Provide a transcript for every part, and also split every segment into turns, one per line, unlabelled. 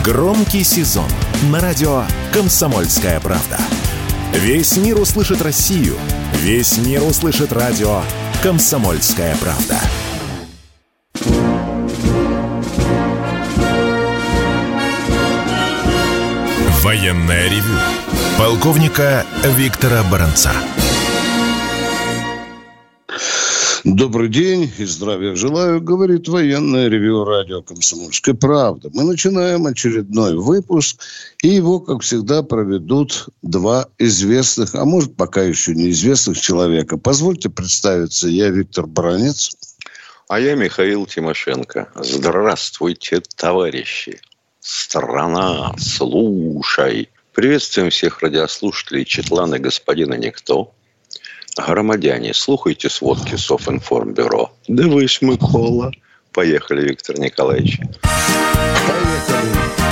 Громкий сезон на радио «Комсомольская правда». Весь мир услышит Россию. Весь мир услышит радио «Комсомольская правда». Военное ревю полковника Виктора Баранца.
Добрый день и здравия желаю, говорит военное ревью радио «Комсомольская правда». Мы начинаем очередной выпуск, и его, как всегда, проведут два известных, а может, пока еще неизвестных человека. Позвольте представиться, я Виктор Баранец.
А я Михаил Тимошенко. Здравствуйте, товарищи. Страна, слушай. Приветствуем всех радиослушателей Четлана господина Никто. Громадяне, слухайте сводки Софинформбюро. Дивись, Микола. Поехали, Виктор Николаевич.
Поехали.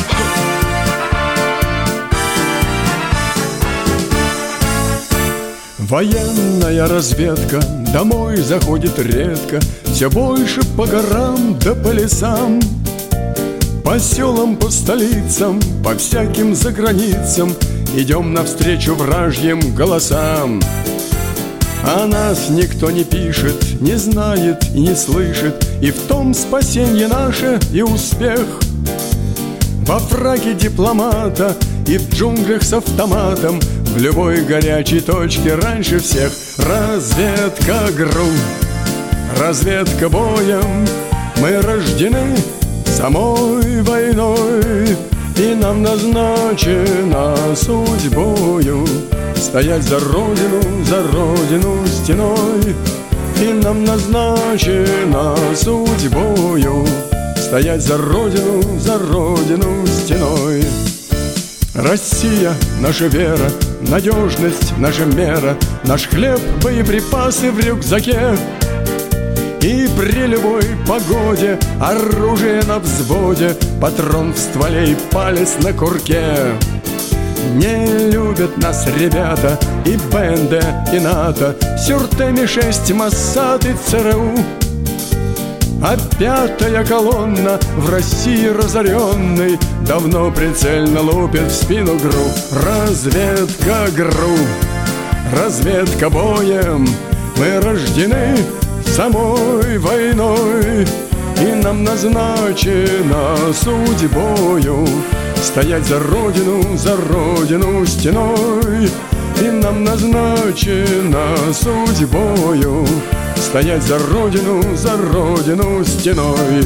Военная разведка домой заходит редко, все больше по горам да по лесам, по селам, по столицам, по всяким заграницам идем навстречу вражьим голосам. А нас никто не пишет, не знает и не слышит, и в том спасенье наше и успех. Во фраке дипломата и в джунглях с автоматом, в любой горячей точке раньше всех. Разведка ГРУ, разведка боем, мы рождены самой войной, и нам назначено судьбою стоять за родину стеной. И нам назначено судьбою стоять за родину стеной. Россия — наша вера, надежность — наша мера, наш хлеб, боеприпасы в рюкзаке. И при любой погоде оружие на взводе, патрон в стволе и палец на курке. Не любят нас ребята и БНД, и НАТО, Сюрте, Ми-6, Моссад и ЦРУ. А пятая колонна в России разоренной давно прицельно лупит в спину ГРУ. Разведка ГРУ, разведка боем, мы рождены самой войной, и нам назначено судьбою стоять за родину стеной. И нам назначено судьбою стоять за родину стеной.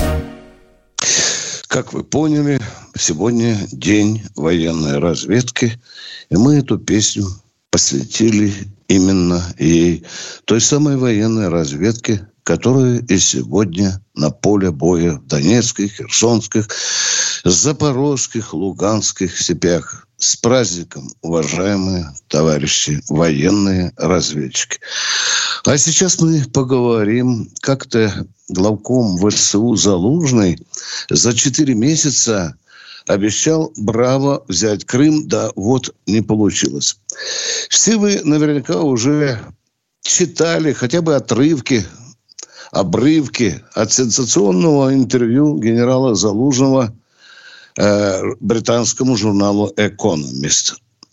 Как вы поняли, сегодня день военной разведки, и мы эту песню посвятили именно ей, той самой военной разведке, которая и сегодня на поле боя в Донецких, Херсонских, Запорожских, Луганских степях. С праздником, уважаемые товарищи военные разведчики. А сейчас мы поговорим, как-то главком ВСУ Залужный за 4 месяца обещал браво взять Крым, да вот не получилось. Все вы наверняка уже читали хотя бы обрывки от сенсационного интервью генерала Залужного британскому журналу «Экономист».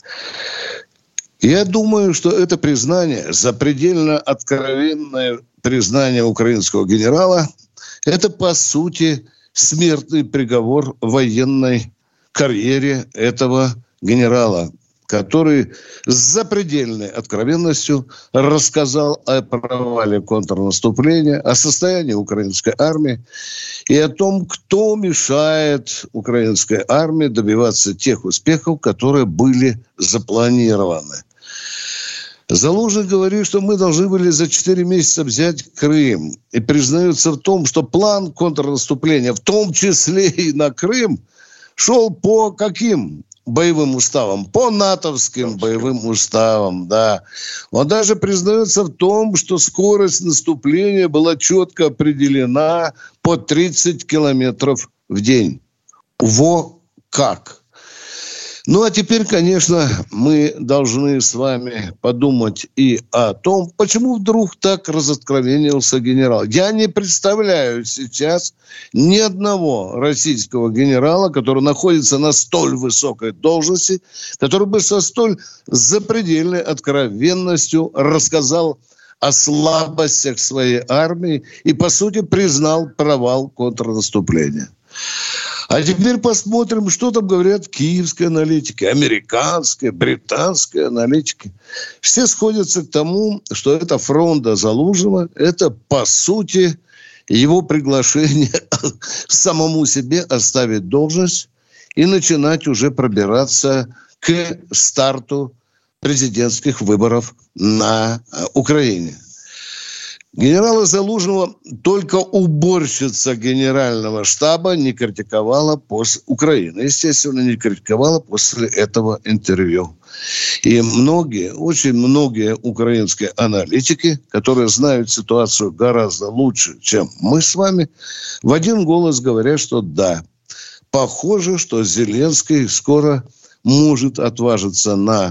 Я думаю, что это признание, запредельно откровенное признание украинского генерала, это, по сути, смертный приговор военной карьере этого генерала, который с запредельной откровенностью рассказал о провале контрнаступления, о состоянии украинской армии и о том, кто мешает украинской армии добиваться тех успехов, которые были запланированы. Залужный говорит, что мы должны были за 4 месяца взять Крым. И признается в том, что план контрнаступления, в том числе и на Крым, шел по каким боевым уставам? По натовским боевым уставам, да. Он даже признается в том, что скорость наступления была четко определена по 30 километров в день. Во как! Ну, а теперь, конечно, мы должны с вами подумать и о том, почему вдруг так разоткровенился генерал. Я не представляю сейчас ни одного российского генерала, который находится на столь высокой должности, который бы со столь запредельной откровенностью рассказал о слабостях своей армии и, по сути, признал провал контрнаступления. А теперь посмотрим, что там говорят киевские аналитики, американские, британские аналитики. Все сходятся к тому, что это фронта Залужного, это, по сути, его приглашение самому себе оставить должность и начинать уже пробираться к старту президентских выборов на Украине. Генерала Залужного только уборщица генерального штаба не критиковала после Украины. Естественно, не критиковала после этого интервью. И многие, очень многие украинские аналитики, которые знают ситуацию гораздо лучше, чем мы с вами, в один голос говорят, что да, похоже, что Зеленский скоро может отважиться на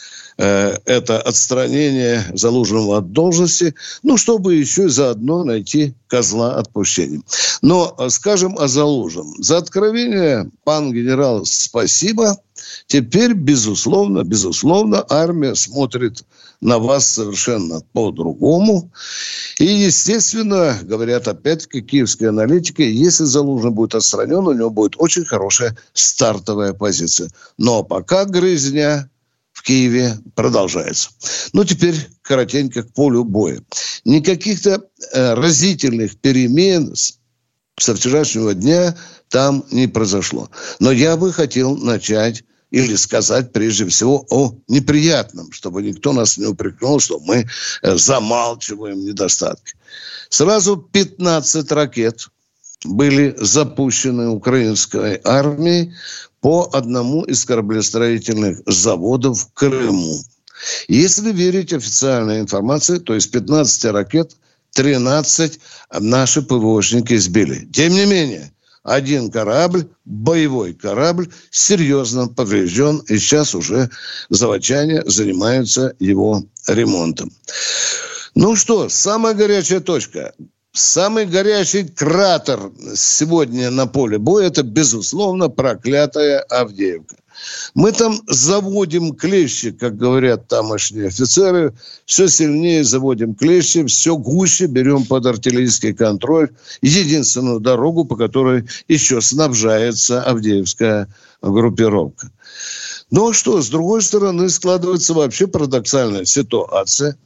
это отстранение Залужного от должности, ну, чтобы еще заодно найти козла отпущения. Но скажем о Залужном. За откровение, пан генерал, спасибо. Теперь, безусловно, армия смотрит на вас совершенно по-другому. И, естественно, говорят опять-таки киевские аналитики, если Залужный будет отстранен, у него будет очень хорошая стартовая позиция. Но пока грызня в Киеве продолжается. Ну, теперь коротенько к полю боя. Никаких-то разительных перемен со вчерашнего дня там не произошло. Но я бы хотел начать или сказать прежде всего о неприятном, чтобы никто нас не упрекнул, что мы замалчиваем недостатки. Сразу 15 ракет были запущены украинской армией по одному из кораблестроительных заводов в Крыму. Если верить официальной информации, то из 15 ракет 13 наши ПВОшники сбили. Тем не менее, один корабль, боевой корабль, серьезно поврежден, и сейчас уже заводчане занимаются его ремонтом. Ну что, самая горячая точка. Самый горячий кратер сегодня на поле боя – это, безусловно, проклятая Авдеевка. Мы там заводим клещи, как говорят тамошние офицеры, все сильнее заводим клещи, все гуще берем под артиллерийский контроль единственную дорогу, по которой еще снабжается Авдеевская группировка. Ну что, с другой стороны, складывается вообще парадоксальная ситуация.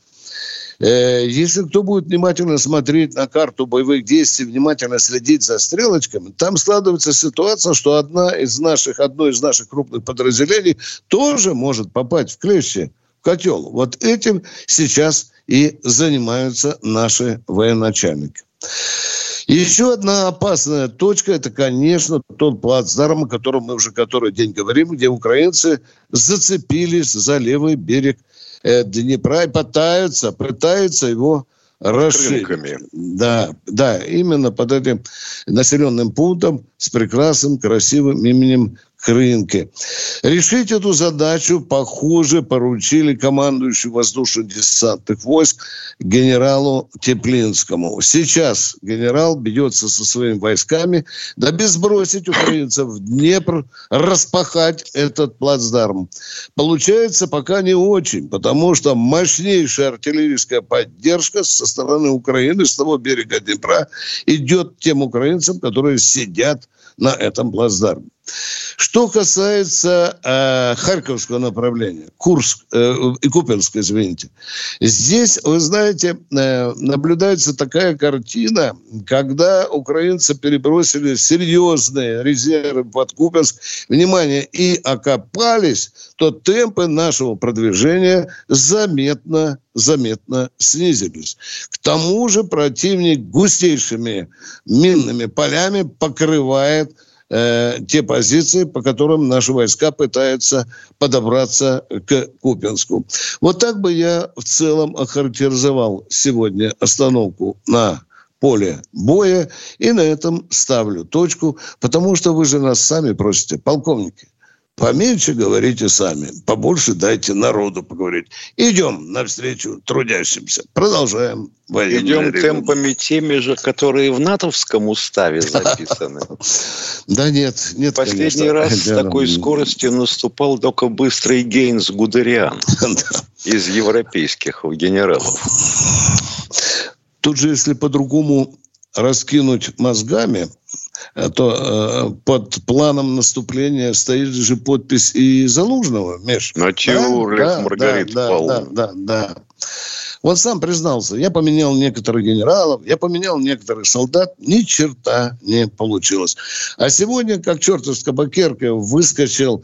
Если кто будет внимательно смотреть на карту боевых действий, внимательно следить за стрелочками, там складывается ситуация, что одно из наших крупных подразделений тоже может попасть в клещи, в котел. Вот этим сейчас и занимаются наши военачальники. Еще одна опасная точка – это, конечно, тот плацдарм, о котором мы уже который день говорим, где украинцы зацепились за левый берег Днепра и пытаются его расширить. Да, именно под этим населенным пунктом с прекрасным, красивым именем Крынки. Решить эту задачу, похоже, поручили командующему воздушно-десантных войск генералу Теплинскому. Сейчас генерал бьется со своими войсками, дабы сбросить украинцев в Днепр, распахать этот плацдарм. Получается пока не очень, потому что мощнейшая артиллерийская поддержка со стороны Украины, с того берега Днепра, идет тем украинцам, которые сидят на этом плацдарме. Что касается Харьковского направления, Купянска, извините. Здесь, вы знаете, наблюдается такая картина, когда украинцы перебросили серьезные резервы под Купянск, внимание, и окопались, то темпы нашего продвижения заметно снизились. К тому же противник густейшими минными полями покрывает те позиции, по которым наши войска пытаются подобраться к Купянску. Вот так бы я в целом охарактеризовал сегодня остановку на поле боя, и на этом ставлю точку, потому что вы же нас сами просите, полковники, Поменьше говорите сами, побольше дайте народу поговорить. Идем навстречу трудящимся. Продолжаем.
Идем темпами теми же, которые в натовском уставе записаны.
Да нет.
Последний раз с такой скоростью наступал только быстрый Гейнс Гудериан из европейских генералов.
Тут же, если по-другому раскинуть мозгами, то под планом наступления стоит же подпись и Залужного, Миш.
Натюрлих, Маргарита Павловна.
Да. Он сам признался, я поменял некоторых генералов, я поменял некоторых солдат, ни черта не получилось. А сегодня, как чертов с табакеркой, выскочил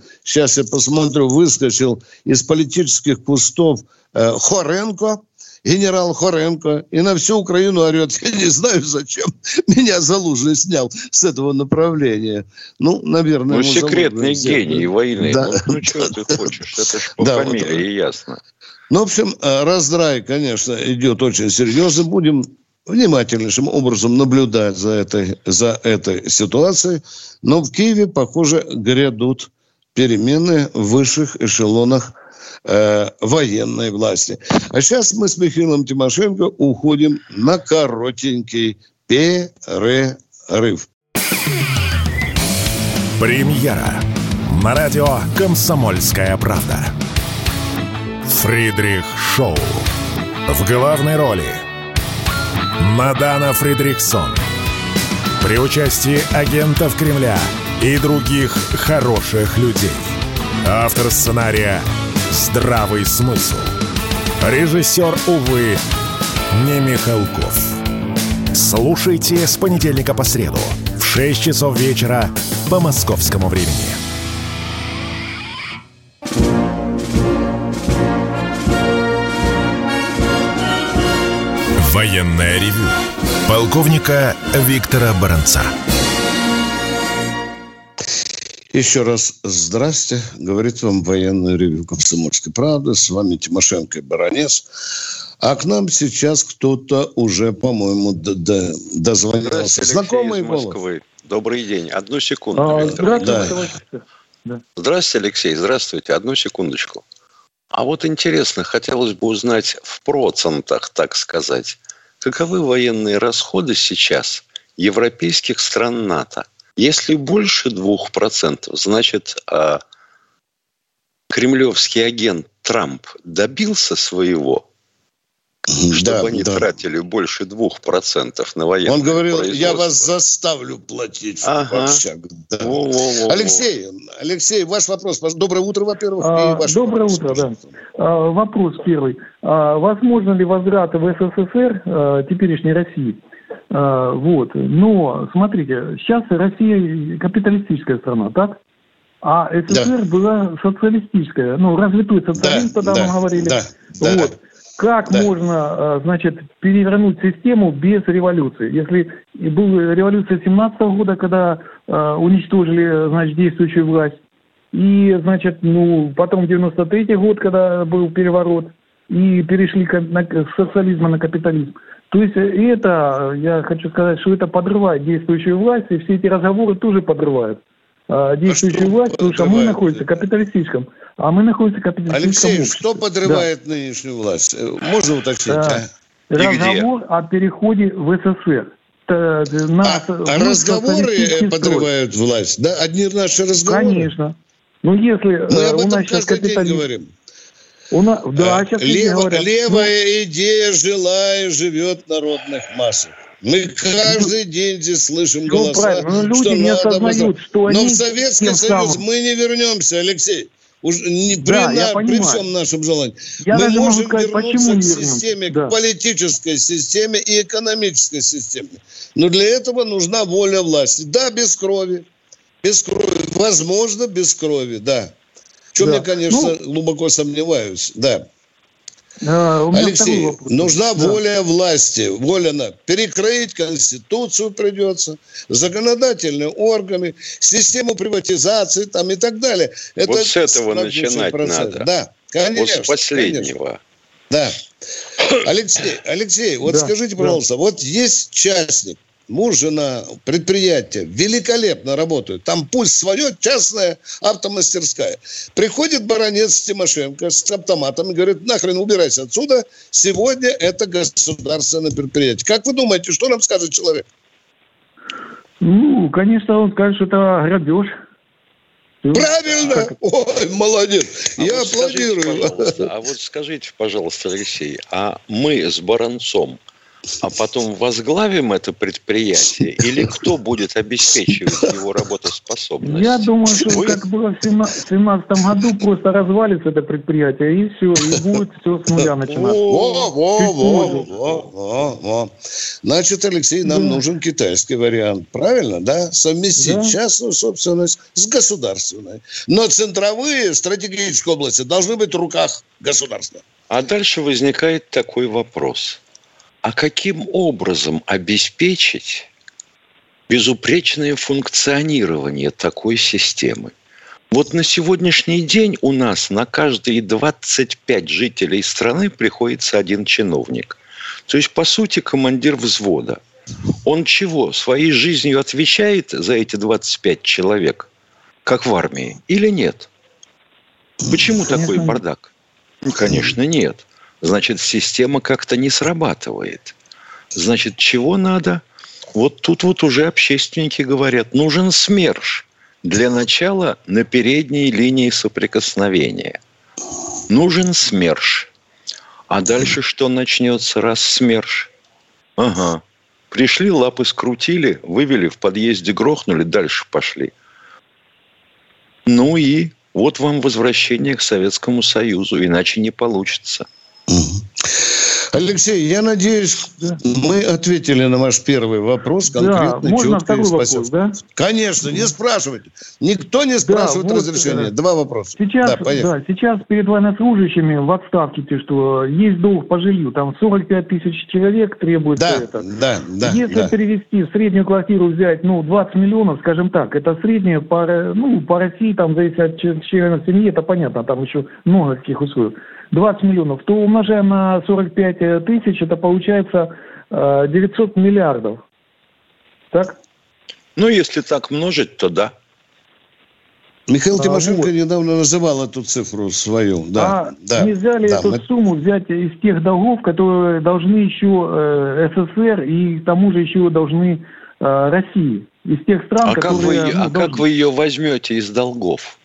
из политических кустов Хоренко, генерал Хоренко, и на всю Украину орет: я не знаю, зачем меня Залужный снял с этого направления. Наверное...
секретный гений войны. Да. Что ты хочешь? Это ж по фамилии ясно.
В общем, раздрай, конечно, идет очень серьезно. Будем внимательнейшим образом наблюдать за этой ситуацией. Но в Киеве, похоже, грядут перемены в высших эшелонах военной власти. А сейчас мы с Михаилом Тимошенко уходим на коротенький перерыв.
Премьера на радио «Комсомольская правда». Фридрих Шоу. В главной роли Мадана Фридрихсон. При участии агентов Кремля и других хороших людей. Автор сценария «Здравый смысл». Режиссер, увы, не Михалков. Слушайте с понедельника по среду в 6 часов вечера по московскому времени. Военное ревю полковника Виктора Баранца.
Еще раз здрасте, говорит вам военное ревю «Комсомольской правды». С вами Тимошенко и Баранец. А к нам сейчас кто-то уже, по-моему, дозвонился. Знакомый голос.
Добрый день. Одну секунду, Виктор. Здравствуйте, Алексей. Здравствуйте. Одну секундочку. А вот интересно, хотелось бы узнать в процентах, так сказать, каковы военные расходы сейчас европейских стран НАТО? Если больше 2%, значит, кремлевский агент Трамп добился своего, чтобы они тратили больше 2% на военное
Он говорил,
производство.
Я вас заставлю платить в общак. Да. Алексей, ваш вопрос. Доброе утро, во-первых.
Доброе утро, да. Вопрос первый. Возможно ли возврат в СССР теперешней России? Но, смотрите, сейчас Россия капиталистическая страна, так? А СССР была социалистическая, развитой социализм, тогда мы говорили. Как можно, перевернуть систему без революции? Если была революция 17-го года, когда уничтожили, действующую власть, и, потом 93-й год, когда был переворот, и перешли с социализма на капитализм. То есть я хочу сказать, что это подрывает действующую власть, и все эти разговоры тоже подрывают действующую власть, потому что мы находимся в капиталистическом. А мы находимся в капиталистическом
Алексей,
обществе.
что подрывает нынешнюю власть? Можно уточнить?
Разговор о переходе в СССР.
Разговоры подрывают власть? Да? Одни наши разговоры?
Конечно. Если
мы об
у
этом
нас сейчас
каждый день говорим.
Левая
идея жила и живет в народных массах. Мы каждый день здесь слышим голоса,
люди не осознают, что они...
Но в Советский Союз мы не вернемся, Алексей. При всем нашем желании. Мы можем вернуться к системе, к политической системе и экономической системе. Но для этого нужна воля власти. Да, без крови. Без крови. Возможно, без крови, да. В чем я, конечно, глубоко сомневаюсь. Да. Алексей, нужна воля власти. Перекроить Конституцию придется, законодательные органы, систему приватизации там, и так далее.
Это с этого начинать надо.
Да, конечно.
Вот с последнего.
Конечно. Да. Алексей, скажите, пожалуйста, есть частник, муж, жена, предприятие великолепно работают. Там пусть свое частная автомастерская. Приходит баронец Тимошенко с автоматом и говорит: нахрен убирайся отсюда, сегодня это государственное предприятие. Как вы думаете, что нам скажет человек?
Ну, конечно, он скажет, что это грабеж.
Правильно! Ой, молодец! Я аплодирую.
Вот скажите, пожалуйста, Алексей, а мы с Баранцом, а потом возглавим это предприятие, или кто будет обеспечивать его работоспособность?
Я думаю, что как было в 2017 году, просто развалится это предприятие, и все, и будет все с нуля начинаться.
Значит, Алексей, нам нужен китайский вариант, правильно, да? Совместить частную собственность с государственной. Но центровые стратегические области должны быть в руках государства.
А дальше возникает такой вопрос. А каким образом обеспечить безупречное функционирование такой системы? Вот на сегодняшний день у нас на каждые 25 жителей страны приходится один чиновник. То есть, по сути, командир взвода. Он чего? Своей жизнью отвечает за эти 25 человек, как в армии, или нет? Почему такой бардак? Ну, конечно, нет. Значит, система как-то не срабатывает. Значит, чего надо? Вот тут вот уже общественники говорят, нужен СМЕРШ. Для начала на передней линии соприкосновения. Нужен СМЕРШ. А дальше что начнется, раз СМЕРШ? Ага. Пришли, лапы скрутили, вывели, в подъезде грохнули, дальше пошли. Ну и вот вам возвращение к Советскому Союзу, иначе не получится.
Алексей, я надеюсь, мы ответили на ваш первый вопрос конкретно,
да, можно
четко и спасибо.
Вопрос, да?
Конечно, не спрашивайте. Никто не спрашивает разрешения. Два вопроса.
Сейчас перед военнослужащими в отставке, что есть долг по жилью, там 45 тысяч человек требуется это. Если перевести в среднюю квартиру, взять 20 миллионов, скажем так, это средняя по России, там зависит от членов семьи, это понятно, там еще много таких условий. 20 миллионов, то умножаем на 45 тысяч, это получается 900 миллиардов. Так?
Ну, если так множить, то да.
Михаил Тимошенко недавно называл эту цифру свою.
Нельзя ли эту сумму взять из тех долгов, которые должны еще СССР и к тому же еще должны России? Из тех стран, которые...
как вы ее возьмете из долгов?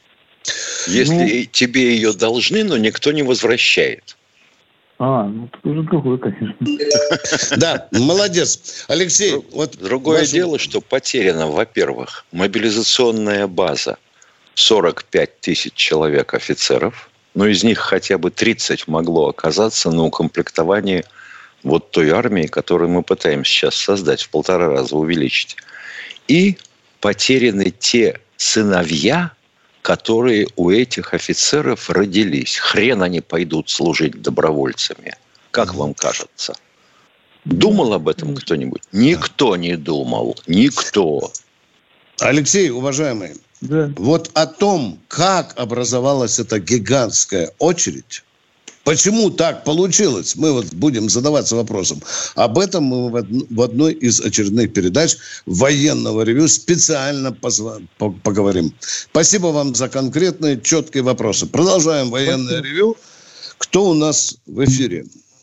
Если тебе ее должны, но никто не возвращает.
Это уже другое, конечно.
Да, молодец. Алексей,
Другое дело, что потеряна, во-первых, мобилизационная база. 45 тысяч человек офицеров, но из них хотя бы 30 могло оказаться на укомплектовании вот той армии, которую мы пытаемся сейчас создать, в 1,5 раза увеличить. И потеряны те сыновья, которые у этих офицеров родились. Хрен они пойдут служить добровольцами. Как вам кажется? Думал об этом кто-нибудь? Никто не думал. Никто.
Alexey, уважаемый, вот о том, как образовалась эта гигантская очередь, почему так получилось, мы вот будем задаваться вопросом. Об этом мы в одной из очередных передач военного ревью специально поговорим. Спасибо вам за конкретные, четкие вопросы. Продолжаем военное ревью. Кто у нас в эфире?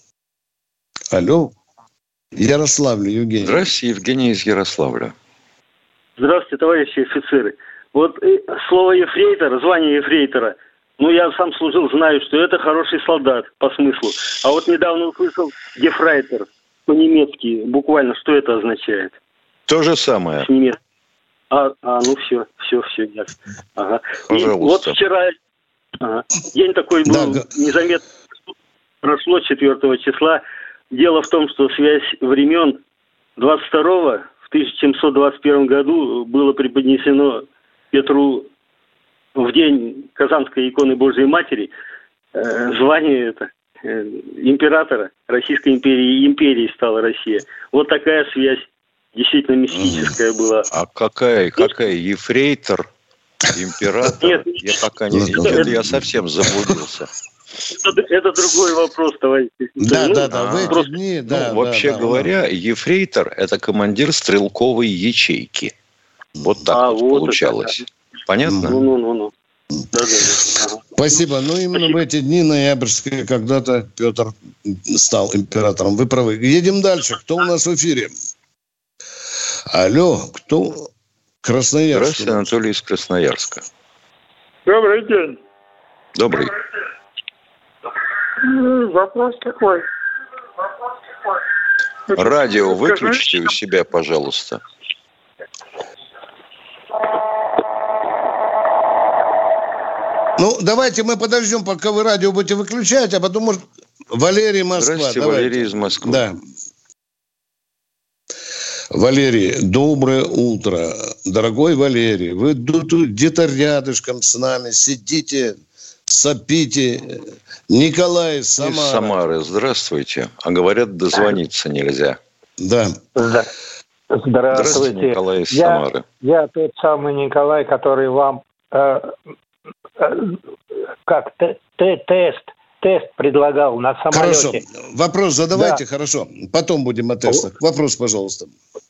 Алло. Ярославль, Евгений.
Здравствуйте, Евгений из Ярославля.
Здравствуйте, товарищи офицеры. Вот слово ефрейтор, звание ефрейтора, я сам служил, знаю, что это хороший солдат по смыслу. А вот недавно услышал гефрейтор по-немецки, буквально, что это означает?
То же самое.
Все, ясно. Ага.
Пожалуйста.
Вот вчера день такой был, незаметно прошло 4 числа. Дело в том, что связь времен 22-го в 1721 году было преподнесено Петру в день Казанской иконы Божией Матери звание императора Российской империи, империей стала Россия. Вот такая связь действительно мистическая была.
А какая? Ефрейтор, император?
Нет.
Я пока не видел, я совсем заблудился.
Это другой вопрос, товарищ.
Да. В эти дни,
вообще говоря, ефрейтор – это командир стрелковой ячейки. Вот так вот получалось. Это. Понятно?
Ну. Да.
Спасибо. Именно в эти дни ноябрьские когда-то Петр стал императором. Вы правы. Едем дальше. Кто у нас в эфире? Алло, кто? Красноярск.
Здравствуйте, Анатолий из Красноярска.
Добрый день.
Добрый.
Вопрос такой.
Радио выключите у себя, пожалуйста.
Давайте мы подождем, пока вы радио будете выключать, а потом, может, Валерий, Москва.
Здравствуйте, давайте. Валерий из Москвы.
Да. Валерий, доброе утро. Дорогой Валерий, вы где-то рядышком с нами сидите, сопите. Николай из Самары.
Из Самары. Здравствуйте. А говорят, дозвониться нельзя.
Да.
Здравствуйте,
Николай из Самары.
Я тот самый Николай, который вам тест предлагал на самолете.
Хорошо. Вопрос задавайте, хорошо. Потом будем о тестах. Вопрос, пожалуйста.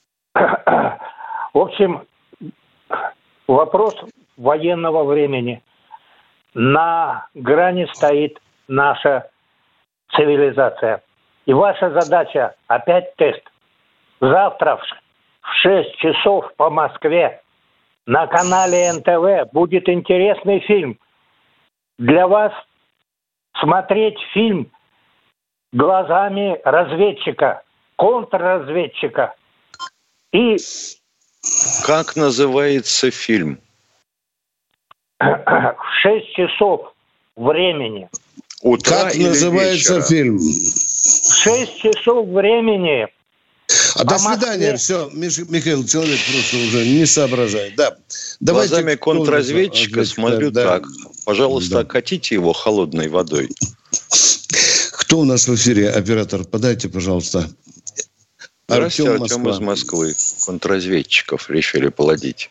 В общем, вопрос военного времени. На грани стоит наша цивилизация. И ваша задача опять тест. Завтра в 6 часов по Москве на канале НТВ будет интересный фильм. Для вас смотреть фильм глазами разведчика, контрразведчика. И...
Как называется фильм?
В 6 часов времени.
Утра
как называется
вечера?
Фильм?
В 6 часов времени.
До свидания. Все, Михаил, человек просто уже не соображает. Да. Давайте
глазами контрразведчика смотрю так. Пожалуйста, окатите его холодной водой.
Кто у нас в эфире? Оператор, подайте, пожалуйста.
Здравствуйте, Артем из Москвы. Контрразведчиков решили плодить.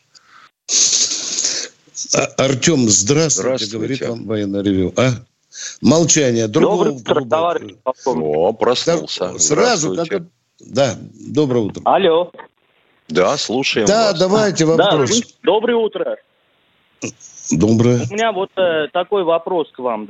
Артем, здравствуйте, говорит вам военное ревю. Молчание.
Доброе утро, товарищ полковник.
Проснулся.
Сразу, как... Да, доброе утро.
Алло.
Да, слушаем
вас.
Да,
давайте вопрос.
Да, доброе утро.
Доброе.
У меня такой вопрос к вам,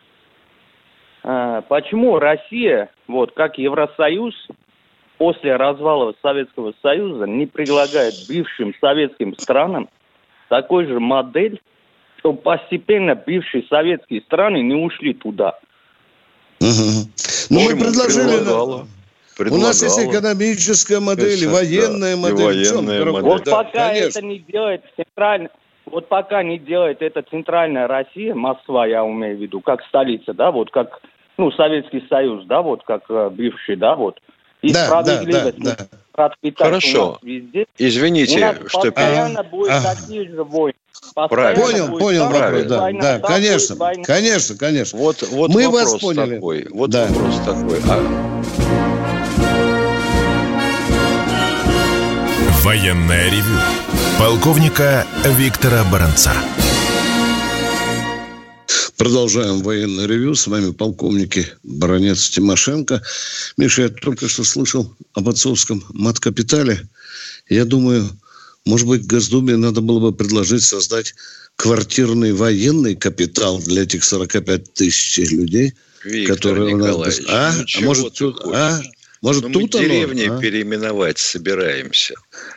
почему Россия, как Евросоюз, после развала Советского Союза не предлагает бывшим советским странам такой же модель, чтобы постепенно бывшие советские страны не ушли туда?
Мы предложили... У нас есть экономическая модель, военная модель.
Пока это не делает пока не делает это центральная Россия, Москва, я имею в виду, как столица, как Советский Союз, как бывший, и справедливость.
Хорошо.
Везде.
Извините,
что постоянно будет такие же войны.
Понял вопрос, да, конечно.
Вот
мы
вопрос
вас поняли.
Такой. Вопрос такой.
Военное ревю полковника Виктора Баранца.
Продолжаем военное ревю. С вами полковники Баранец, Тимошенко. Миша, я только что слышал об отцовском маткапитале. Я думаю, может быть, Госдуме надо было бы предложить создать квартирный военный капитал для этих 45 тысяч людей,
Виктор
которые
Николаевич,
у нас... может, тут... Может,
мы
тут
деревни переименовать собираемся.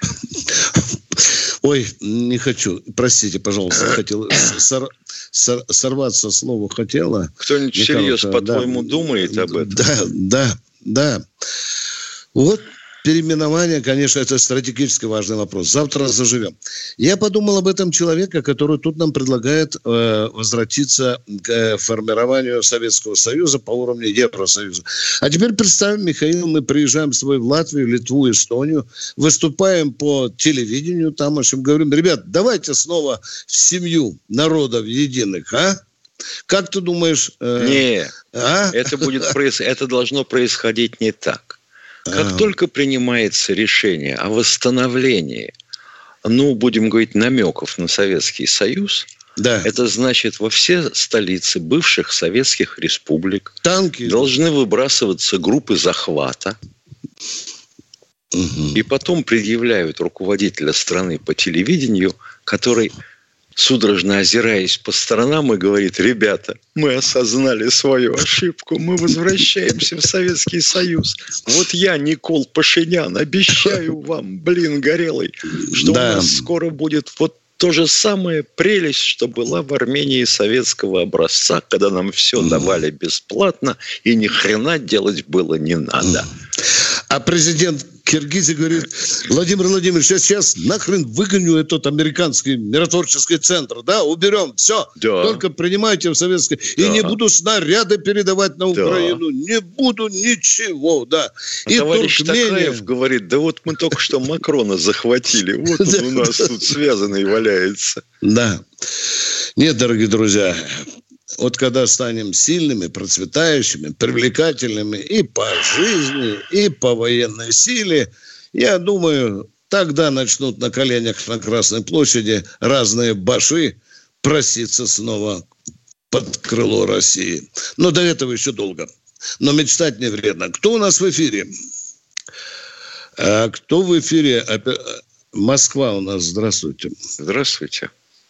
Ой, не хочу. Простите, пожалуйста, хотел сорваться слово хотела.
Кто-нибудь всерьез, по-твоему, думает об этом?
Да. Вот переименование, конечно, это стратегически важный вопрос. Завтра заживем. Я подумал об этом человеке, который тут нам предлагает возвратиться к формированию Советского Союза по уровню Евросоюза. А теперь представим, Михаил, мы приезжаем с тобой в Латвию, Литву, Эстонию, выступаем по телевидению тамошним, говорим: ребят, давайте снова в семью народов единых, Как ты думаешь?
Это должно происходить не так. Как только принимается решение о восстановлении, будем говорить, намеков на Советский Союз,
Да.
Это значит, во все столицы бывших советских республик
танки
должны выбрасываться группы захвата. И потом предъявляют руководителя страны по телевидению, который, судорожно озираясь по сторонам, и говорит: ребята, мы осознали свою ошибку, мы возвращаемся в Советский Союз. Вот я, Никол Пашинян, обещаю вам, горелый, что у нас скоро будет вот то же самое прелесть, что была в Армении советского образца, когда нам все давали бесплатно и ни хрена делать было не надо.
А президент Киргизии говорит: Владимир Владимирович, я сейчас нахрен выгоню этот американский миротворческий центр, да, уберем, все, только принимайте в советское, и не буду снаряды передавать на Украину, не буду ничего, да. И
товарищ Такаев говорит: да вот мы только что Макрона захватили, вот он у нас тут связанный валяется.
Да. Нет, дорогие друзья, вот когда станем сильными, процветающими, привлекательными и по жизни, и по военной силе, я думаю, тогда начнут на коленях на Красной площади разные баши проситься снова под крыло России. Но до этого еще долго. Но мечтать не вредно. Кто у нас в эфире? Кто в эфире? Москва у нас. Здравствуйте.
Здравствуйте.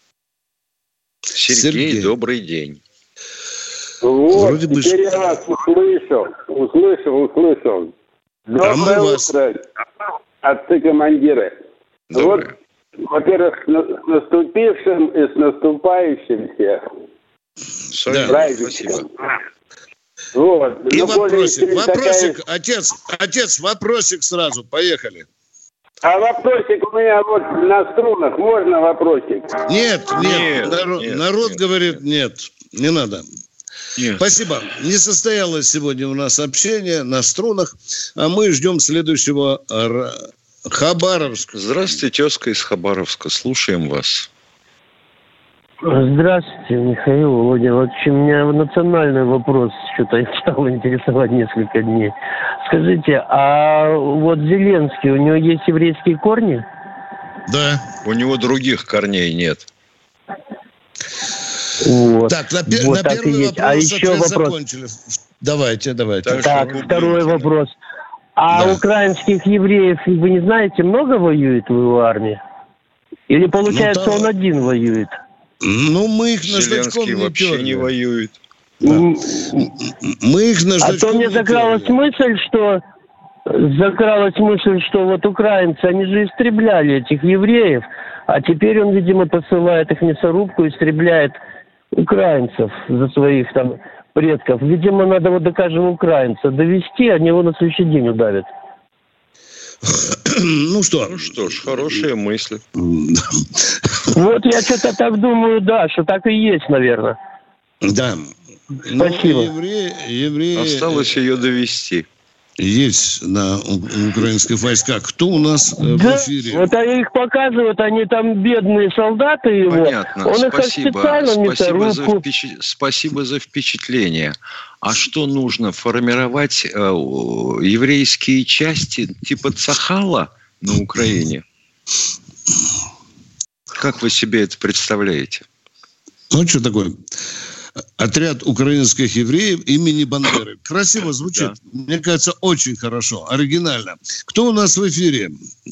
Сергей, добрый день.
Вот, вроде бы... теперь я вас услышал. Доброе утро, отцы-командиры. Вот, во-первых, с наступившим и с наступающим всех.
Спасибо.
Вот. И вопросик, отец, вопросик сразу, поехали.
А вопросик у меня вот на струнах, можно вопросик?
Нет, народ говорит нет, не надо. Нет. Спасибо. Не состоялось сегодня у нас общение на струнах, а мы ждем следующего Хабаровска.
Здравствуйте, тезка из Хабаровска. Слушаем вас.
Здравствуйте, Михаил, Володя. Вот меня национальный вопрос что-то стал интересовать несколько дней. Скажите, а вот Зеленский, у него есть еврейские корни?
Да.
У него других корней нет.
Вот.
Так, на первый вопрос еще вопрос закончили. Давайте.
Так, второй вопрос. А украинских евреев, вы не знаете, много воюет в его армии? Или, получается, он один воюет?
Ну, мы их на
Зеленский вообще не воюет.
Да. Мы их на
а то мне закралась мысль, что вот украинцы, они же истребляли этих евреев, а теперь он, видимо, посылает их в мясорубку, истребляет украинцев за своих там предков. Видимо, надо вот до каждого украинца довести, они его на следующий день удавят.
Ну что
ж, хорошая мысль.
Вот я что-то так думаю, да, что так и есть, наверное.
Да.
Спасибо.
Евреи...
Осталось ее довести.
Есть на украинских войсках. Кто у нас в эфире?
Вот они их показывают, они там бедные солдаты его.
Понятно.
Он
Спасибо за впечатление. А что нужно? Формировать еврейские части типа Цахала на Украине? Как вы себе это представляете?
Ну, что такое? Отряд украинских евреев имени Бандеры. Красиво звучит. Да. Мне кажется, очень хорошо. Оригинально. Кто у нас в эфире?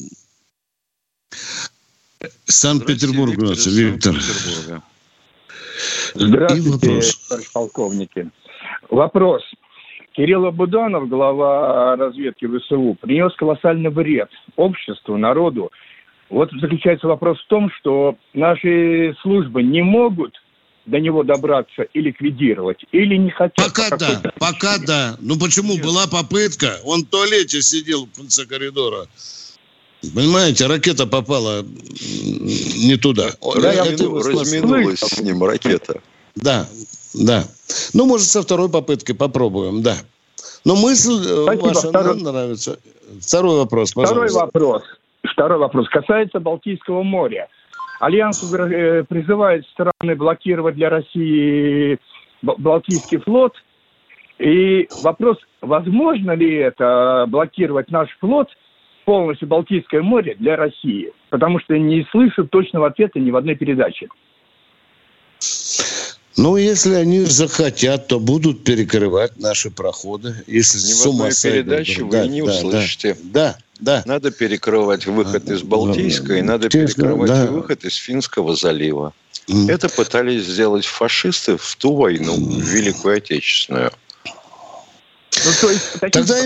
Санкт-Петербург у нас. Виктор.
Здравствуйте, товарищ полковники. Вопрос. Кирилл Буданов, глава разведки ВСУ, принес колоссальный вред обществу, народу. Вот заключается вопрос в том, что наши службы не могут до него добраться и ликвидировать, или не хотят.
Пока да. Ну почему? Нет. Была попытка. Он в туалете сидел в конце коридора. Понимаете, ракета попала не туда.
Разминулась с ним ракета.
Да. Ну, может, со второй попыткой попробуем, да. Но мысль ваша нам нравится. Второй вопрос, пожалуйста.
Второй вопрос. Касается Балтийского моря. Альянс призывает страны блокировать для России Балтийский флот. И вопрос, возможно ли это блокировать наш флот, полностью Балтийское море для России? Потому что не слышу точного ответа ни в одной передаче.
Ну, если они захотят, то будут перекрывать наши проходы. Если
ни в одной передаче вы не услышите.
Да.
Надо перекрывать выход из Балтийска, и надо перекрывать выход из Финского залива. Это пытались сделать фашисты в ту войну, в Великую Отечественную.
Ну, то есть,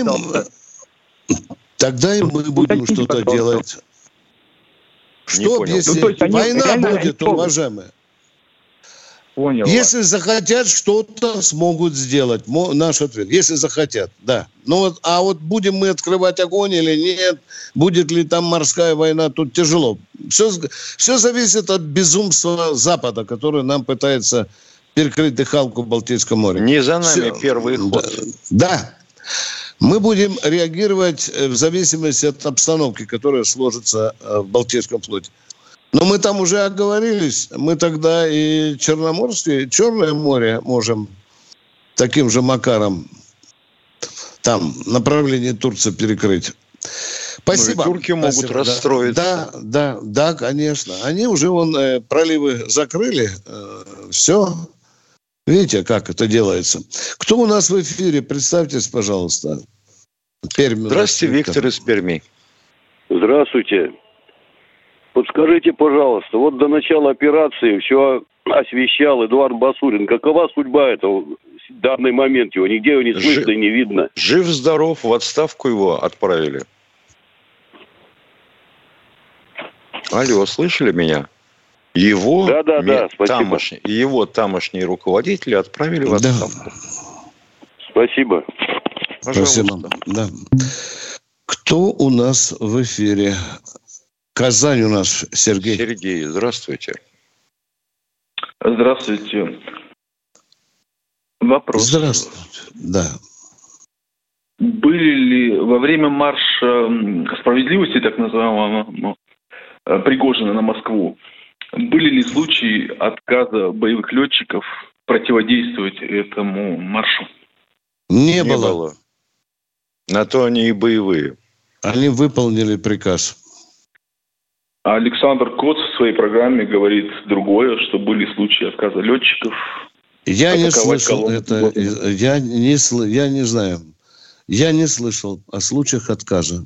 тогда и мы будем что-то делать. Что, если война будет, уважаемые?
Понял.
Если захотят, что-то смогут сделать. Наш ответ. Если захотят, да. Ну вот будем мы открывать огонь или нет, будет ли там морская война, тут тяжело. Все зависит от безумства Запада, который нам пытается перекрыть дыхалку в Балтийском море.
Не за нами первый ход.
Да. Мы будем реагировать в зависимости от обстановки, которая сложится в Балтийском флоте. Но мы там уже оговорились, мы тогда и Черное море можем таким же макаром там направление Турции перекрыть. Спасибо.
Ну, и турки могут расстроиться.
Да, конечно. Они уже проливы закрыли, все. Видите, как это делается. Кто у нас в эфире? Представьтесь, пожалуйста.
Пермь. Здравствуйте, Виктор из Перми.
Здравствуйте. Подскажите, пожалуйста, вот до начала операции все освещал Эдуард Басурин. Какова судьба этого в данный момент его? Нигде его не слышно и не видно.
Жив-здоров, в отставку его отправили. Алло, слышали меня? Его, его тамошние руководители отправили в отставку.
Спасибо.
Пожалуйста.
Спасибо. Да. Кто у нас в эфире? Казань у нас Сергей.
Сергей, здравствуйте.
Здравствуйте. Вопрос.
Здравствуйте. Да.
Были ли во время марша справедливости, так называемого, Пригожина на Москву, были ли случаи отказа боевых летчиков противодействовать этому маршу?
Не было.
На то они и боевые.
Они выполнили приказ.
А Александр Коц в своей программе говорит другое, что были случаи отказа летчиков.
Я не слышал это. Я не знаю. Я не слышал о случаях отказа.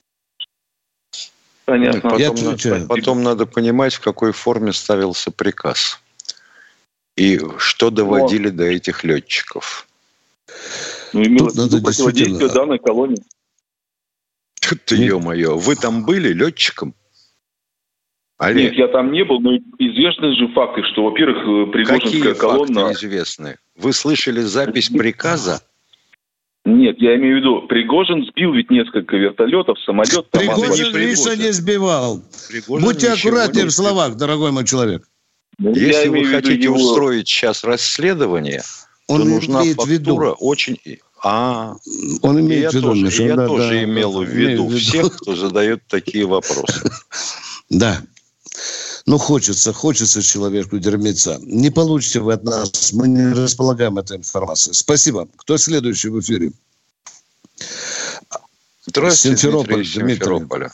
Понятно.
Потом надо понимать, в какой форме ставился приказ. И что доводили до этих летчиков.
Ну, имелось в виду противодействие данной колонии.
Ты, ё-моё, вы там были летчиком?
Нет, я там не был, но известны же факты, что, во-первых, Пригожинская колонна...
Какие факты известны? Вы слышали запись приказа?
Нет, я имею в виду, Пригожин сбил ведь несколько вертолетов, самолет...
Пригожин лично не сбивал. Будьте аккуратнее в словах, дорогой мой человек.
Если вы хотите устроить сейчас расследование, то нужна фактура очень...
Он имеет в виду...
Я тоже имел в виду всех, кто задает такие вопросы.
Да. Ну, хочется человеку дерьмиться. Не получите вы от нас. Мы не располагаем этой информацией. Спасибо. Кто следующий в эфире?
Здравствуйте, Симферополь, Симферополя.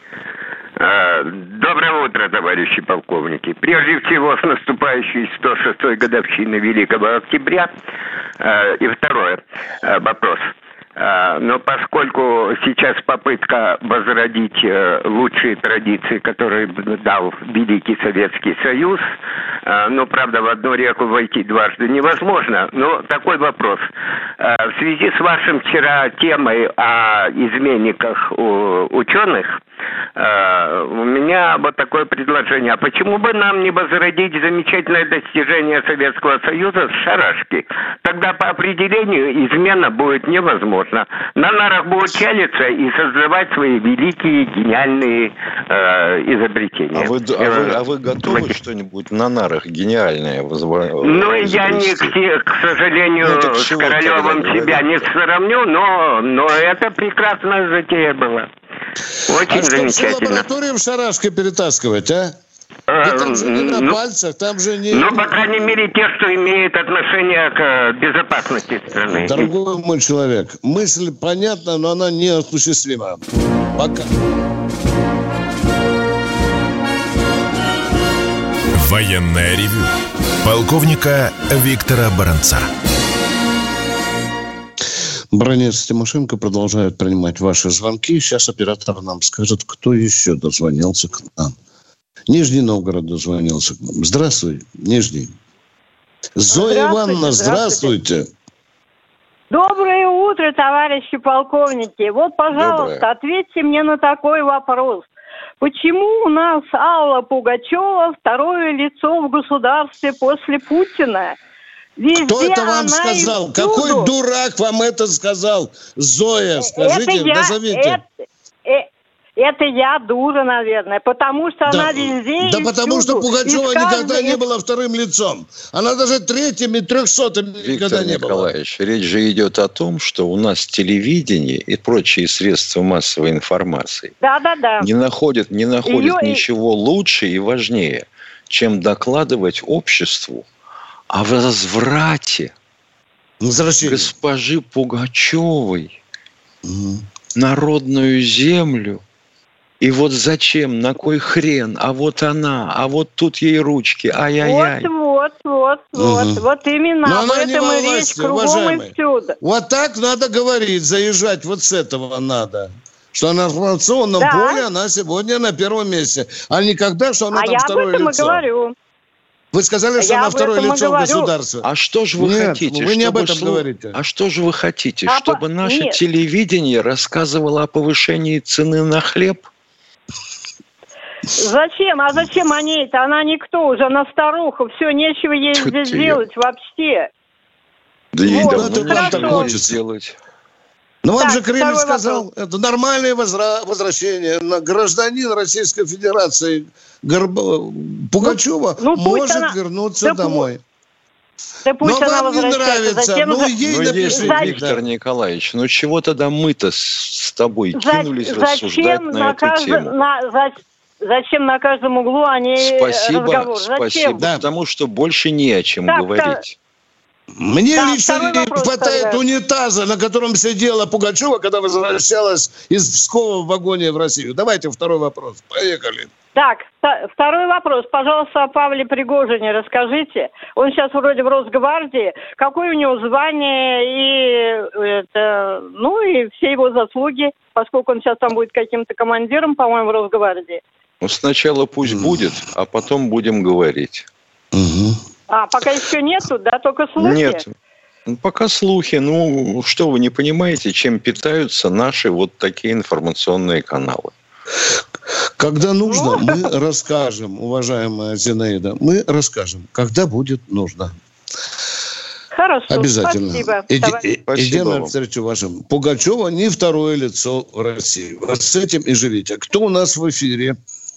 Доброе утро, товарищи полковники. Прежде всего, с наступающей 106-й годовщиной Великого Октября. И второе. Вопрос. Но поскольку сейчас попытка возродить лучшие традиции, которые дал Великий Советский Союз, правда, в одну реку войти дважды невозможно, но такой вопрос. В связи с вашим вчера темой о изменниках ученых, у меня вот такое предложение. А почему бы нам не возродить замечательное достижение Советского Союза с шарашки? Тогда по определению измена будет невозможна. На нарах будут чалиться и создавать свои великие, гениальные изобретения.
А вы готовы что-нибудь на нарах гениальное возвращать?
Я, к сожалению, с Королевым себя не сравню, но это прекрасная затея была. Очень замечательно.
Что лабораториям шарашкой перетаскивать, а? Там же не на пальцах, там же не...
по крайней мере, те, что имеют отношение к безопасности страны.
Дорогой мой человек, мысль понятна, но она неосуществима. Пока.
Военное ревю полковника Виктора Баранца.
Баранец, Тимошенко продолжают принимать ваши звонки. Сейчас оператор нам скажет, кто еще дозвонился к нам. Нижний Новгород дозвонился к нам. Здравствуй, Нижний. Зоя Ивановна, здравствуйте.
Доброе утро, товарищи полковники. Вот, пожалуйста, ответьте мне на такой вопрос. Почему у нас Алла Пугачева второе лицо в государстве после Путина? Везде
кто это вам сказал?
Всюду.
Какой дурак вам это сказал? Зоя, скажите, назовите.
Это я дура, наверное, потому что она везде и
потому
всюду.
что Пугачева никогда не была вторым лицом. Она даже третьим и 300-м никогда не была.
Виктор Николаевич, речь же идет о том, что у нас телевидение и прочие средства массовой информации не находят ничего лучше и важнее, чем докладывать обществу о возврате госпожи Пугачевой народную землю. И вот зачем, на кой хрен, а вот она, а вот тут ей ручки, ай-яй-яй.
Вот именно об этом и речь кругом и всюду.
Вот так надо говорить, заезжать, вот с этого надо. Что на информационном поле она сегодня на первом месте, а никогда, что она там второе лицо.
Я об этом и говорю.
Вы сказали, что она второе лицо в государстве.
А что же вы хотите?
Вы не об этом говорите.
А что же вы хотите? Чтобы наше телевидение рассказывало о повышении цены на хлеб?
Зачем? А зачем они-то? Она никто уже, она старуха. Все, нечего ей здесь делать вообще.
Да ей давно так хочется сделать.
Ну, вам же Кремль сказал, это нормальное возвращение. Гражданин Российской Федерации Пугачева может вернуться домой.
Да пусть
но
она
вам не нравится.
Ей напишите, Виктор Николаевич, чего тогда мы-то с тобой кинулись рассуждать на эту тему?
Зачем на каждом углу они разговор?
Спасибо, потому что больше не о чем говорить.
Мне лично не хватает унитаза, на котором сидела Пугачева, когда возвращалась из Пскова в вагоне в Россию. Давайте второй вопрос. Поехали.
Так, второй вопрос. Пожалуйста, о Павле Пригожине расскажите. Он сейчас вроде в Росгвардии. Какое у него звание и все его заслуги, поскольку он сейчас там будет каким-то командиром, по-моему, в Росгвардии.
Ну, сначала пусть будет, а потом будем говорить.
Пока еще нету, да? Только слухи?
Нет. Пока слухи. Что вы не понимаете, чем питаются наши вот такие информационные каналы?
Когда нужно, мы расскажем, уважаемая Зинаида. Мы расскажем, когда будет нужно.
Хорошо,
обязательно.
Спасибо.
Идем навстречу вашим. Пугачева не второе лицо в России. Вот с этим и живите. Кто у нас в эфире?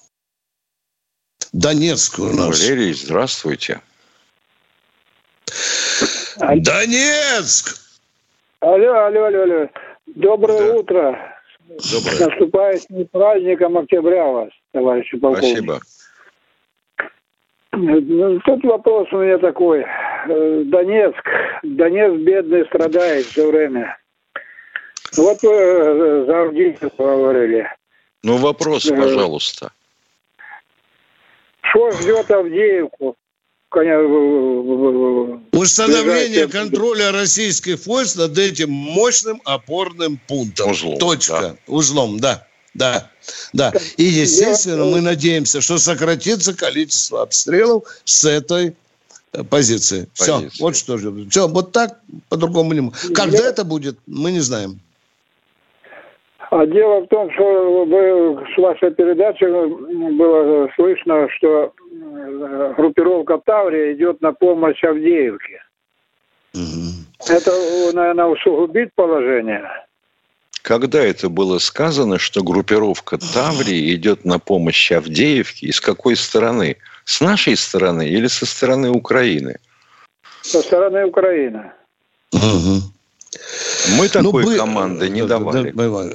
Донецк у нас.
Валерий, здравствуйте.
Донецк!
Алло. Доброе утро. Доброе. С наступающим праздником октября вас, товарищи полковники.
Спасибо.
Тут вопрос у меня такой. Донецк бедный страдает все время. Вот вы за Авдеевку говорили.
Вопрос, пожалуйста.
Что ждет Авдеевку?
Установление контроля российских войск над этим мощным опорным пунктом.
Узлом.
Точка. Узлом, да. И, естественно, мы надеемся, что сократится количество обстрелов с этой позиции. Все, вот что ждем. Все, вот так, по-другому не можем. Когда это будет, мы не знаем.
А дело в том, что с вашей передачи было слышно, что группировка Таврия идет на помощь Авдеевке. Это, наверное, усугубит положение.
Когда это было сказано, что группировка Таврии идет на помощь Авдеевке? И с какой стороны? С нашей стороны или со стороны Украины?
Со стороны Украины.
Мы такой команды не давали.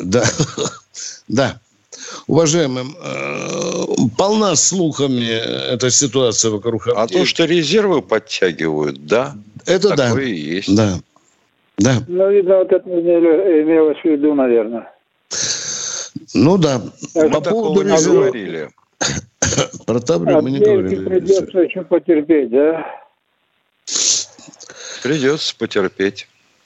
Да. Уважаемым, полна слухами эта ситуация вокруг Авдеевки.
А то, что резервы подтягивают, да.
Это
такое и есть.
Да.
Видно, вот это имелось в виду, наверное.
Да.
Мы такого не говорили.
Про Таврию мы не говорили.
Придется еще потерпеть, да?
Придется потерпеть.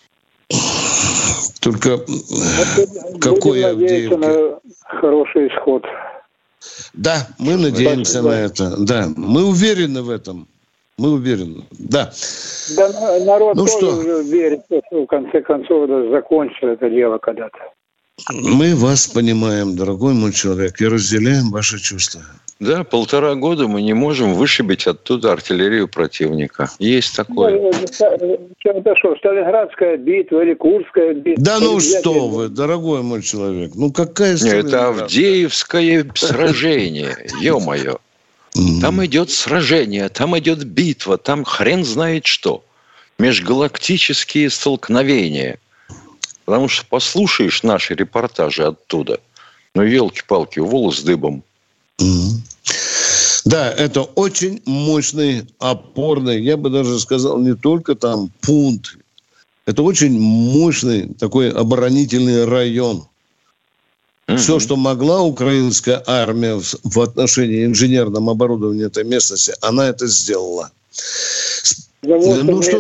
Только какой Авдеевки?
На хороший исход.
Да, мы надеемся на это. Да, мы уверены в этом. Мы уверены. Да.
Да, народ тоже уже верит, что в конце концов закончится это дело когда-то.
Мы вас понимаем, дорогой мой человек, и разделяем ваши чувства.
Да, 1,5 года мы не можем вышибить оттуда артиллерию противника. Есть такое.
Это что, Сталинградская битва или Курская битва?
Да ну что вы, дорогой мой человек. Ну какая
Нет, это Авдеевское сражение. Ё-моё. Там идет сражение, там идет битва, там хрен знает что. Межгалактические столкновения. Потому что послушаешь наши репортажи оттуда, ну, елки-палки, волос дыбом.
Да, это очень мощный, опорный, я бы даже сказал, не только там пункт. Это очень мощный такой оборонительный район. Все, что могла украинская армия в отношении инженерного оборудования этой местности, она это сделала. Ну что,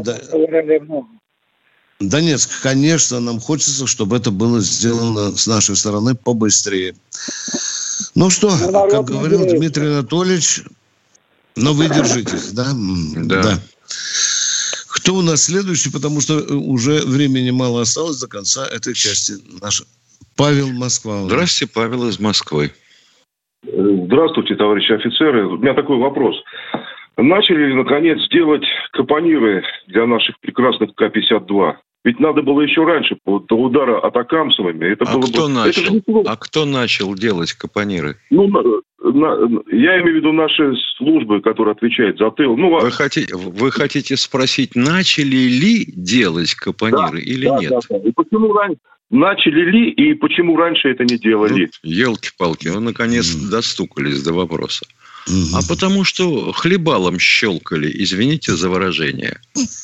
Донецк, конечно, нам хочется, чтобы это было сделано с нашей стороны побыстрее. Ну что, как говорил Дмитрий Анатольевич, но вы держитесь, да? Да. Кто у нас следующий? Потому что уже времени мало осталось до конца этой части нашей. Павел, Москва.
Здравствуйте, Павел из Москвы.
Здравствуйте, товарищи офицеры. У меня такой вопрос. Начали ли, наконец, делать капониры для наших прекрасных К-52? Ведь надо было еще раньше, до удара атакамсовыми. Это было
кто
бы...
начал? Кто начал делать капониры?
Ну, я имею в виду наши службы, которые отвечают за тыл. Ну,
вы хотите спросить, начали ли делать капониры или нет?
Да. И почему раньше? Начали ли и почему раньше это не делали?
Елки-палки, вы наконец достукались до вопроса. А потому что хлебалом щелкали, извините за выражение.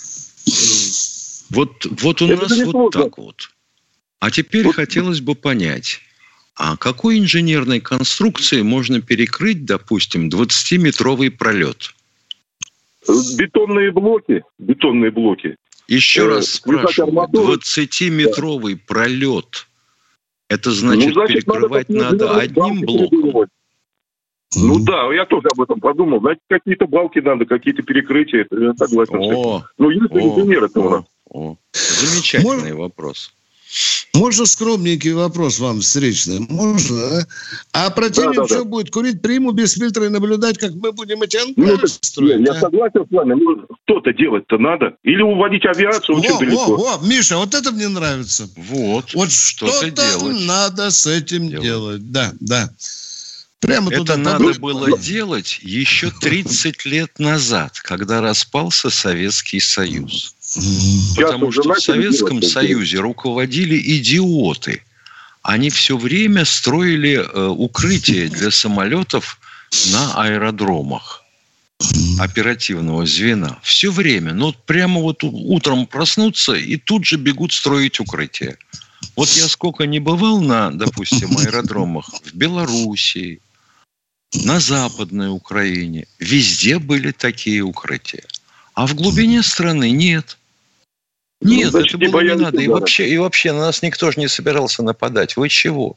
Вот у нас вот так вот. А теперь хотелось бы понять, а какой инженерной конструкцией можно перекрыть, допустим, 20-метровый пролет?
Бетонные блоки.
Еще раз спрашиваю, 20-метровый пролет, это значит перекрывать надо одним блоком?
Ну да, я тоже об этом подумал. Значит, какие-то балки надо, какие-то перекрытия. Я согласен. Ну, есть инженер это у нас.
Замечательный вопрос.
Можно скромненький вопрос вам встречный? Можно, да? А противник что будет? Курить приму без фильтра и наблюдать, как мы будем эти антенны строить?
Я согласен с вами. Ну, что-то делать-то надо. Или уводить авиацию очень далеко.
Миша, вот это мне нравится.
Вот
что-то надо с этим делать. Да. Прямо
это надо было делать еще 30 лет назад, когда распался Советский Союз. Потому что в Советском Союзе руководили идиоты. Они все время строили укрытия для самолетов на аэродромах оперативного звена. Все время. Ну, прямо вот утром проснуться и тут же бегут строить укрытия. Вот я сколько не бывал на, допустим, аэродромах в Белоруссии, на Западной Украине, везде были такие укрытия. А в глубине страны нет. Нет, значит, это было не надо. И вообще на нас никто же не собирался нападать. Вы чего?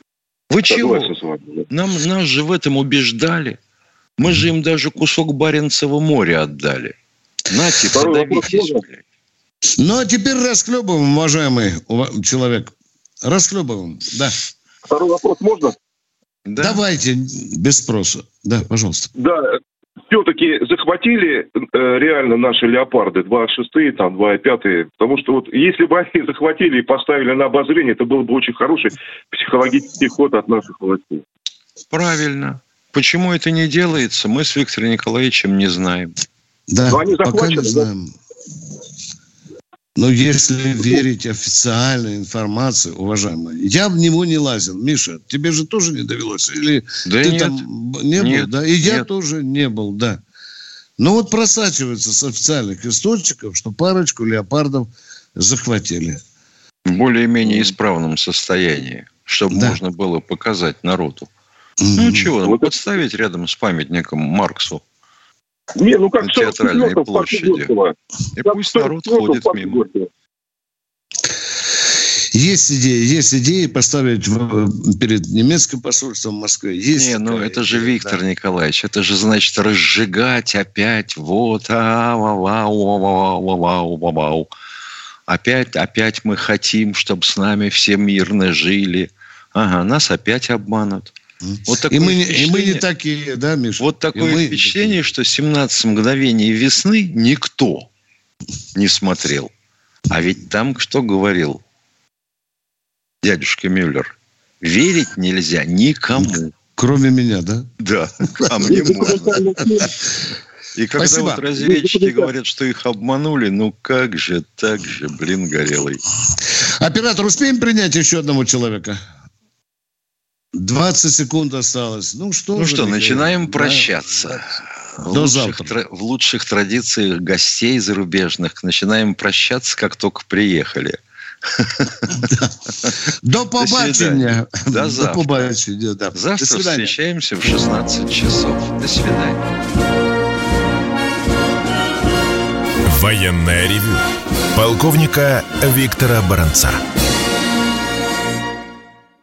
Нас же в этом убеждали. Мы же им даже кусок Баренцева моря отдали. Нате, подавитесь, блядь.
Ну, а теперь расхлебываем, уважаемый человек. Расхлебываем, да.
Второй вопрос можно?
Да. Давайте, без спроса. Да, пожалуйста.
Да, все-таки захватили реально наши леопарды, 2,6, там, 2,5. Потому что вот если бы они захватили и поставили на обозрение, это был бы очень хороший психологический ход от наших властей.
Правильно. Почему это не делается, мы с Виктором Николаевичем не знаем.
Да, пока не знаем. Но если верить официальной информации, уважаемые, я в него не лазил. Миша, тебе же тоже не довелось? Или
да
ты
нет,
там не был? Да? И я тоже не был, да. Но вот просачивается с официальных источников, что парочку леопардов захватили.
В более-менее исправном состоянии, чтобы можно было показать народу. Ну, чего, подставить рядом с памятником Марксу.
Не, ну как
театральной площади. И пусть народ ходит мимо.
Есть идеи поставить перед немецким посольством в Москве.
Это же, Виктор Николаевич, это же значит разжигать опять Опять мы хотим, чтобы с нами все мирно жили. Ага, нас опять обманут. Вот
и мы не такие, да, Миша?
Вот такое впечатление, что 17 мгновений весны никто не смотрел. А ведь там что говорил дядюшка Мюллер? Верить нельзя никому.
Кроме меня, да?
Да, а мне можно. И когда вот разведчики говорят, что их обманули, ну как же так же, горелый.
Оператор, успеем принять еще одного человека? 20 секунд осталось. Ну что,
начинаем прощаться.
До завтра.
В лучших традициях гостей зарубежных начинаем прощаться, как только приехали.
До побачення.
До завтра. Завтра встречаемся в 16 часов. До свидания.
Военное ревю полковника Виктора Баранца.